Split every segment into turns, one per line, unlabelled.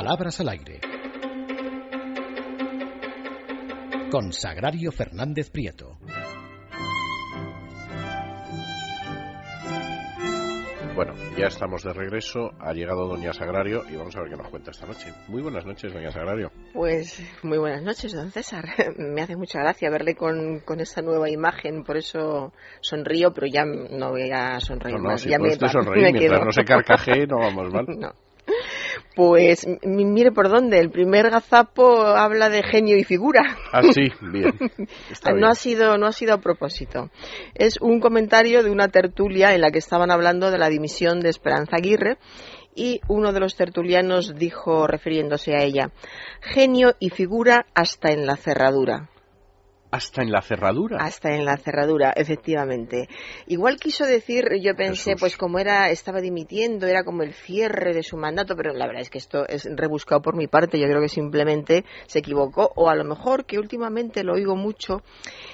Palabras al aire. Con Sagrario Fernández Prieto.
Bueno, ya estamos de regreso, ha llegado doña Sagrario y vamos a ver qué nos cuenta esta noche. Muy buenas noches, doña Sagrario.
Pues muy buenas noches, don César. Me hace mucha gracia verle con esta nueva imagen, por eso sonrío, pero ya no voy a sonreír más.
Si
ya
puede usted sonreír, mientras no se carcajee no vamos mal.
No. Pues mire por dónde, el primer gazapo habla de genio y figura.
Ah, sí, bien. Está bien.
No ha sido a propósito. Es un comentario de una tertulia en la que estaban hablando de la dimisión de Esperanza Aguirre y uno de los tertulianos dijo, refiriéndose a ella, genio y figura hasta en la cerradura.
¿Hasta en la cerradura?
Hasta en la cerradura, efectivamente. Igual quiso decir, yo pensé,
Jesús.
pues como estaba dimitiendo, era como el cierre de su mandato, pero la verdad es que esto es rebuscado por mi parte, yo creo que simplemente se equivocó, o a lo mejor que últimamente lo oigo mucho,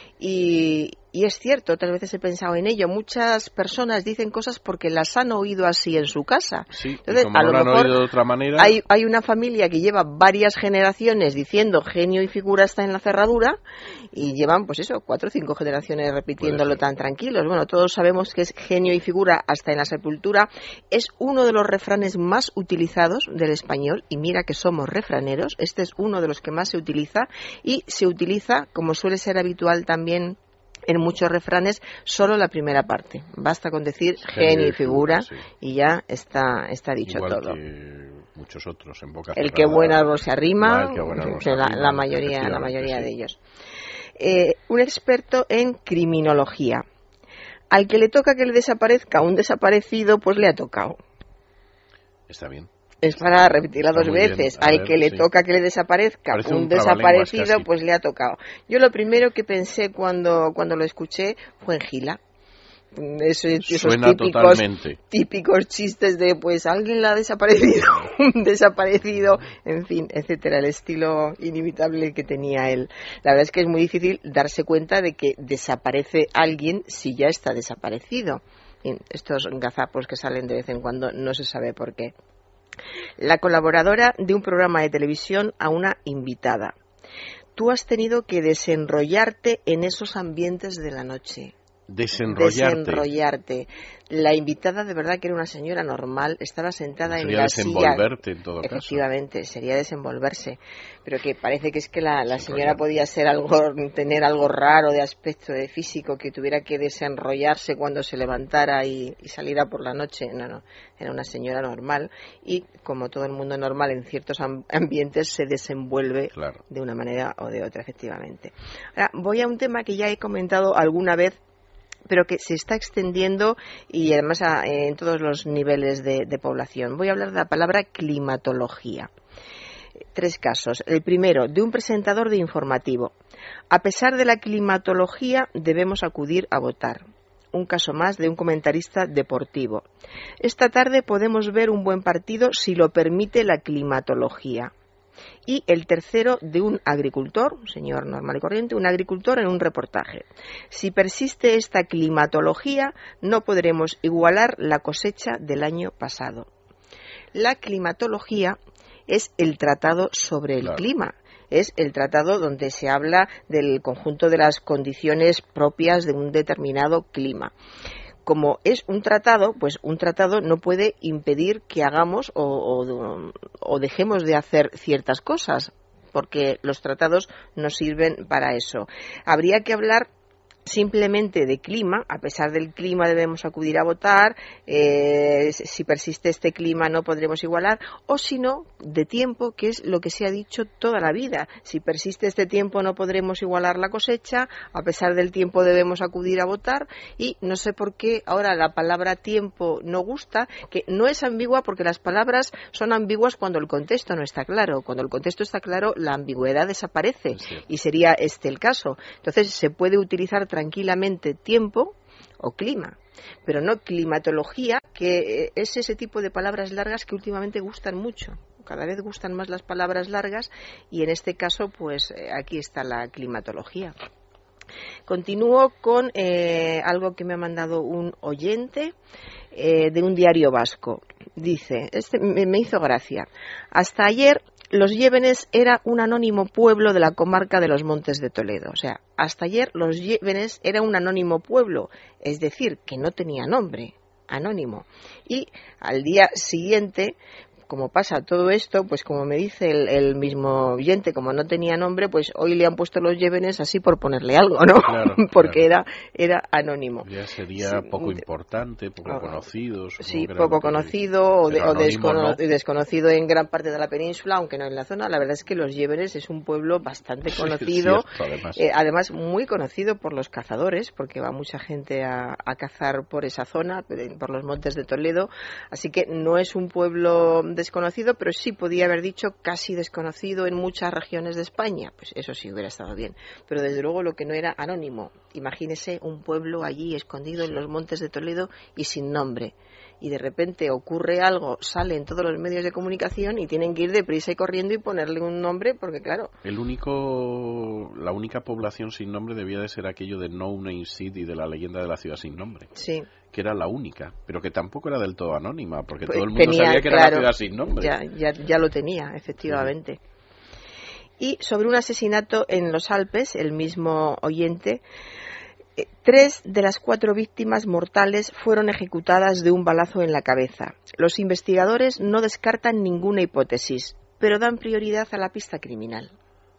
y es cierto, otras veces he pensado en ello, muchas personas dicen cosas porque las han oído así en su casa.
Sí,
entonces,
y como no lo han oído de otra manera...
Hay una familia que lleva varias generaciones diciendo genio y figura está en la cerradura y llevan, pues eso, 4 o 5 generaciones repitiéndolo tan tranquilos. Bueno, todos sabemos que es genio y figura hasta en la sepultura. Es uno de los refranes más utilizados del español y mira que somos refraneros. Este es uno de los que más se utiliza y se utiliza, como suele ser habitual también en muchos refranes, solo la primera parte. Basta con decir genio y figura, sí, y ya está dicho. Igual todo.
Que muchos otros en boca
el
cerrada,
que buen árbol se arrima, la mayoría de ellos. Un experto en criminología. Al que le toca que le desaparezca un desaparecido, pues le ha tocado.
Está bien.
Es para repetirla 2 veces. Al que le toca que le desaparezca un desaparecido, pues le ha tocado. Yo lo primero que pensé cuando lo escuché fue en Gila. Esos típicos chistes de pues alguien la ha desaparecido, un desaparecido, en fin, etcétera, el estilo inimitable que tenía él. La verdad es que es muy difícil darse cuenta de que desaparece alguien si ya está desaparecido. Estos gazapos que salen de vez en cuando no se sabe por qué. La colaboradora de un programa de televisión a una invitada. Tú has tenido que desenrollarte en esos ambientes de la noche. Desenrollarte. La invitada de verdad que era una señora normal, estaba sentada en la silla.
Sería desenvolverte en todo caso.
Efectivamente, sería desenvolverse. Pero que parece que es que la señora podía ser tener algo raro de aspecto, de físico, que tuviera que desenrollarse cuando se levantara y saliera por la noche. No, era una señora normal y como todo el mundo normal en ciertos ambientes se desenvuelve de una manera o de otra, efectivamente. Ahora, voy a un tema que ya he comentado alguna vez, pero que se está extendiendo y además en todos los niveles de población. Voy a hablar de la palabra climatología. 3 casos. El primero, de un presentador de informativo. A pesar de la climatología, debemos acudir a votar. Un caso más de un comentarista deportivo. Esta tarde podemos ver un buen partido si lo permite la climatología. Y el tercero, de un agricultor, un señor normal y corriente, un agricultor en un reportaje. Si persiste esta climatología, no podremos igualar la cosecha del año pasado. La climatología es el tratado sobre el clima. Es el tratado donde se habla del conjunto de las condiciones propias de un determinado clima. Como es un tratado, pues un tratado no puede impedir que hagamos o dejemos de hacer ciertas cosas, porque los tratados nos sirven para eso. Habría que hablar simplemente de clima. A pesar del clima debemos acudir a votar, si persiste este clima no podremos igualar, o si no, de tiempo, que es lo que se ha dicho toda la vida. Si persiste este tiempo no podremos igualar la cosecha, a pesar del tiempo debemos acudir a votar, y no sé por qué ahora la palabra tiempo no gusta, que no es ambigua porque las palabras son ambiguas cuando el contexto no está claro. Cuando el contexto está claro, la ambigüedad desaparece, y sería este el caso. Entonces se puede utilizar tranquilamente tiempo o clima, pero no climatología, que es ese tipo de palabras largas que últimamente gustan mucho. Cada vez gustan más las palabras largas y en este caso, pues aquí está la climatología. Continúo con algo que me ha mandado un oyente de un diario vasco. Dice, me hizo gracia. Hasta ayer Los Llévenes era un anónimo pueblo de la comarca de los Montes de Toledo. O sea, hasta ayer Los Llévenes era un anónimo pueblo, es decir, que no tenía nombre, anónimo. Y al día siguiente, como pasa todo esto, pues como me dice el mismo oyente, como no tenía nombre, pues hoy le han puesto Los Llévenes así por ponerle algo, ¿no?
Claro,
porque
claro.
Era anónimo.
Ya sería poco importante, poco conocido.
Sí, poco conocido o desconocido en gran parte de la península, aunque no en la zona. La verdad es que Los Llévenes es un pueblo bastante conocido,
sí, cierto,
además muy conocido por los cazadores, porque va mucha gente a cazar por esa zona, por los Montes de Toledo, así que no es un pueblo desconocido, pero sí podía haber dicho casi desconocido en muchas regiones de España. Pues eso sí hubiera estado bien, pero desde luego lo que no era anónimo. Imagínese un pueblo allí escondido en los Montes de Toledo y sin nombre, y de repente ocurre algo, sale en todos los medios de comunicación y tienen que ir deprisa y corriendo y ponerle un nombre, porque claro,
la única población sin nombre debía de ser aquello de No Name City, de la leyenda de la ciudad sin nombre.
Sí.
Que era la única, pero que tampoco era del todo anónima, porque
pues
todo el mundo sabía que era la ciudad sin nombre.
Ya lo tenía, efectivamente. Sí. Y sobre un asesinato en los Alpes, el mismo oyente, 3 de las 4 víctimas mortales fueron ejecutadas de un balazo en la cabeza. Los investigadores no descartan ninguna hipótesis, pero dan prioridad a la pista criminal.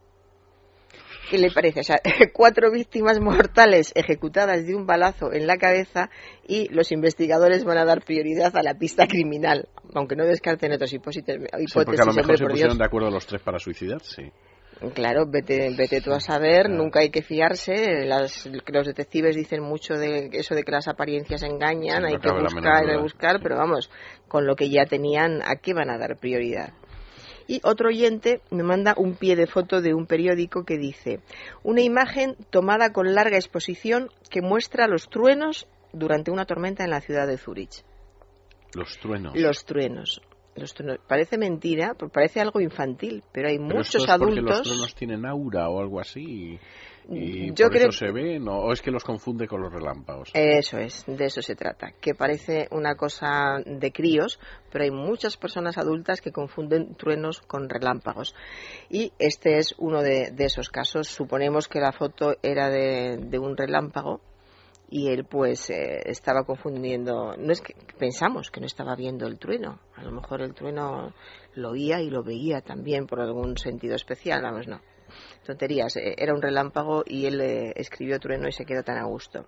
¿Qué le parece? O sea, 4 víctimas mortales ejecutadas de un balazo en la cabeza y los investigadores van a dar prioridad a la pista criminal, aunque no descarten otras hipótesis.
Sí, porque a lo mejor se pusieron de acuerdo los 3 para suicidarse.
Claro, vete tú a saber, nunca hay que fiarse. Los detectives dicen mucho de eso de que las apariencias engañan, hay que buscar, pero vamos, con lo que ya tenían, ¿a qué van a dar prioridad? Y otro oyente me manda un pie de foto de un periódico que dice: una imagen tomada con larga exposición que muestra los truenos durante una tormenta en la ciudad de Zúrich.
Los truenos.
Los truenos. Parece mentira, parece algo infantil, pero hay muchos adultos.
Porque los truenos tienen aura o algo así. Y
yo
por
creo
eso se ven, o es que los confunde con los relámpagos.
Eso es, de eso se trata, que parece una cosa de críos, pero hay muchas personas adultas que confunden truenos con relámpagos. Y este es uno de esos casos. Suponemos que la foto era de un relámpago y él pues estaba confundiendo. No es que pensamos que no estaba viendo el trueno, a lo mejor el trueno lo oía y lo veía también por algún sentido especial, vamos, no. Tonterías, era un relámpago y él escribió trueno y se quedó tan a gusto.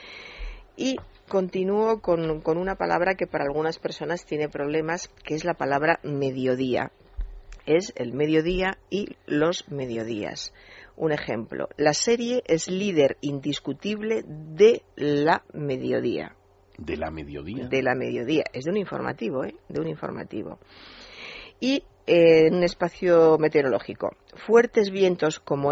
Y continúo con una palabra que para algunas personas tiene problemas, que es la palabra mediodía. Es el mediodía y los mediodías. Un ejemplo, la serie es líder indiscutible de la mediodía.
¿De la mediodía?
De la mediodía, es de un informativo, de un informativo. Y en un espacio meteorológico, fuertes vientos como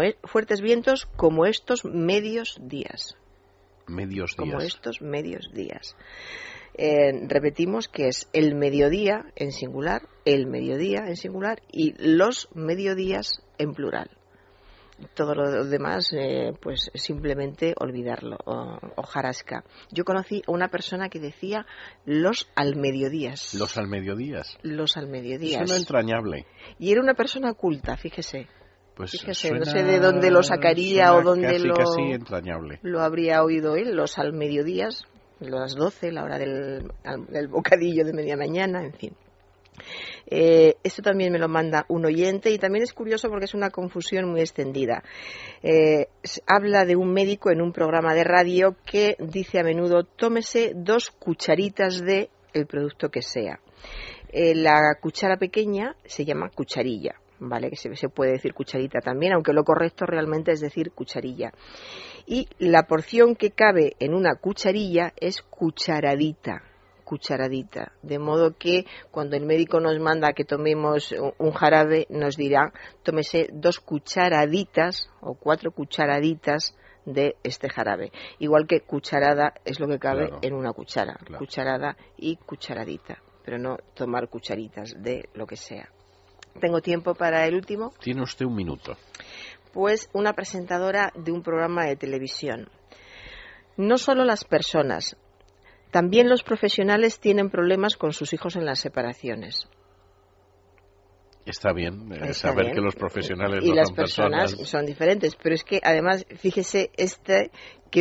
estos medios días.
Medios días.
Como estos medios días. Repetimos que es el mediodía en singular, el mediodía en singular y los mediodías en plural. Todo lo demás, pues simplemente olvidarlo, o jarasca. Yo conocí a una persona que decía los almediodías.
¿Los almediodías?
Los almediodías.
Suena entrañable.
Y era una persona culta, fíjese.
Pues
fíjese, no sé de dónde lo sacaría o dónde
casi entrañable.
Lo habría oído él, los almediodías, las 12, la hora del bocadillo de media mañana, en fin. Esto también me lo manda un oyente y también es curioso porque es una confusión muy extendida. Habla de un médico en un programa de radio que dice a menudo: tómese 2 cucharitas de el producto que sea. La cuchara pequeña se llama cucharilla, ¿vale? Que se puede decir cucharita también, aunque lo correcto realmente es decir cucharilla. Y la porción que cabe en una cucharilla es cucharadita, de modo que cuando el médico nos manda que tomemos un jarabe nos dirá: tómese 2 cucharaditas o 4 cucharaditas de este jarabe, igual que cucharada es lo que cabe en una cuchara, cucharada y cucharadita, pero no tomar cucharitas de lo que sea. ¿Tengo tiempo para el último?
Tiene usted un minuto.
pues una presentadora de un programa de televisión. No solo las personas, también los profesionales tienen problemas con sus hijos en las separaciones.
Está bien saber que los profesionales
y
no
las
son
personas
personas.
son diferentes, pero es que además, fíjese este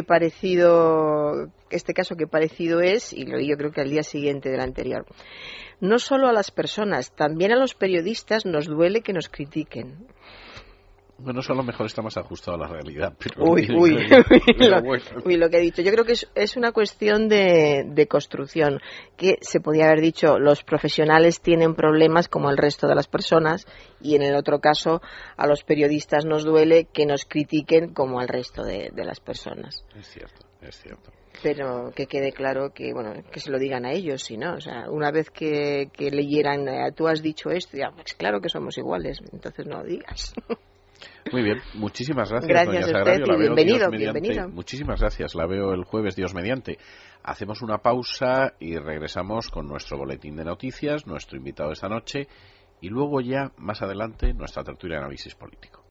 caso que parecido es, y lo vi yo creo que al día siguiente del anterior. No solo a las personas, también a los periodistas nos duele que nos critiquen.
Bueno, eso a lo mejor está más ajustado a la realidad. Pero
Lo que he dicho. Yo creo que es una cuestión de construcción, que se podía haber dicho, los profesionales tienen problemas como el resto de las personas, y en el otro caso, a los periodistas nos duele que nos critiquen como al resto de las personas.
Es cierto.
Pero que quede claro que se lo digan a ellos, si no, o sea, una vez que leyeran, tú has dicho esto, ya, pues claro que somos iguales, entonces no lo digas.
Muy bien, muchísimas gracias.
Gracias
doña
a
Sagrario.
usted y bienvenido.
Muchísimas gracias, la veo el jueves, Dios mediante. Hacemos una pausa y regresamos con nuestro boletín de noticias, nuestro invitado esta noche y luego ya, más adelante, nuestra tertulia de análisis político.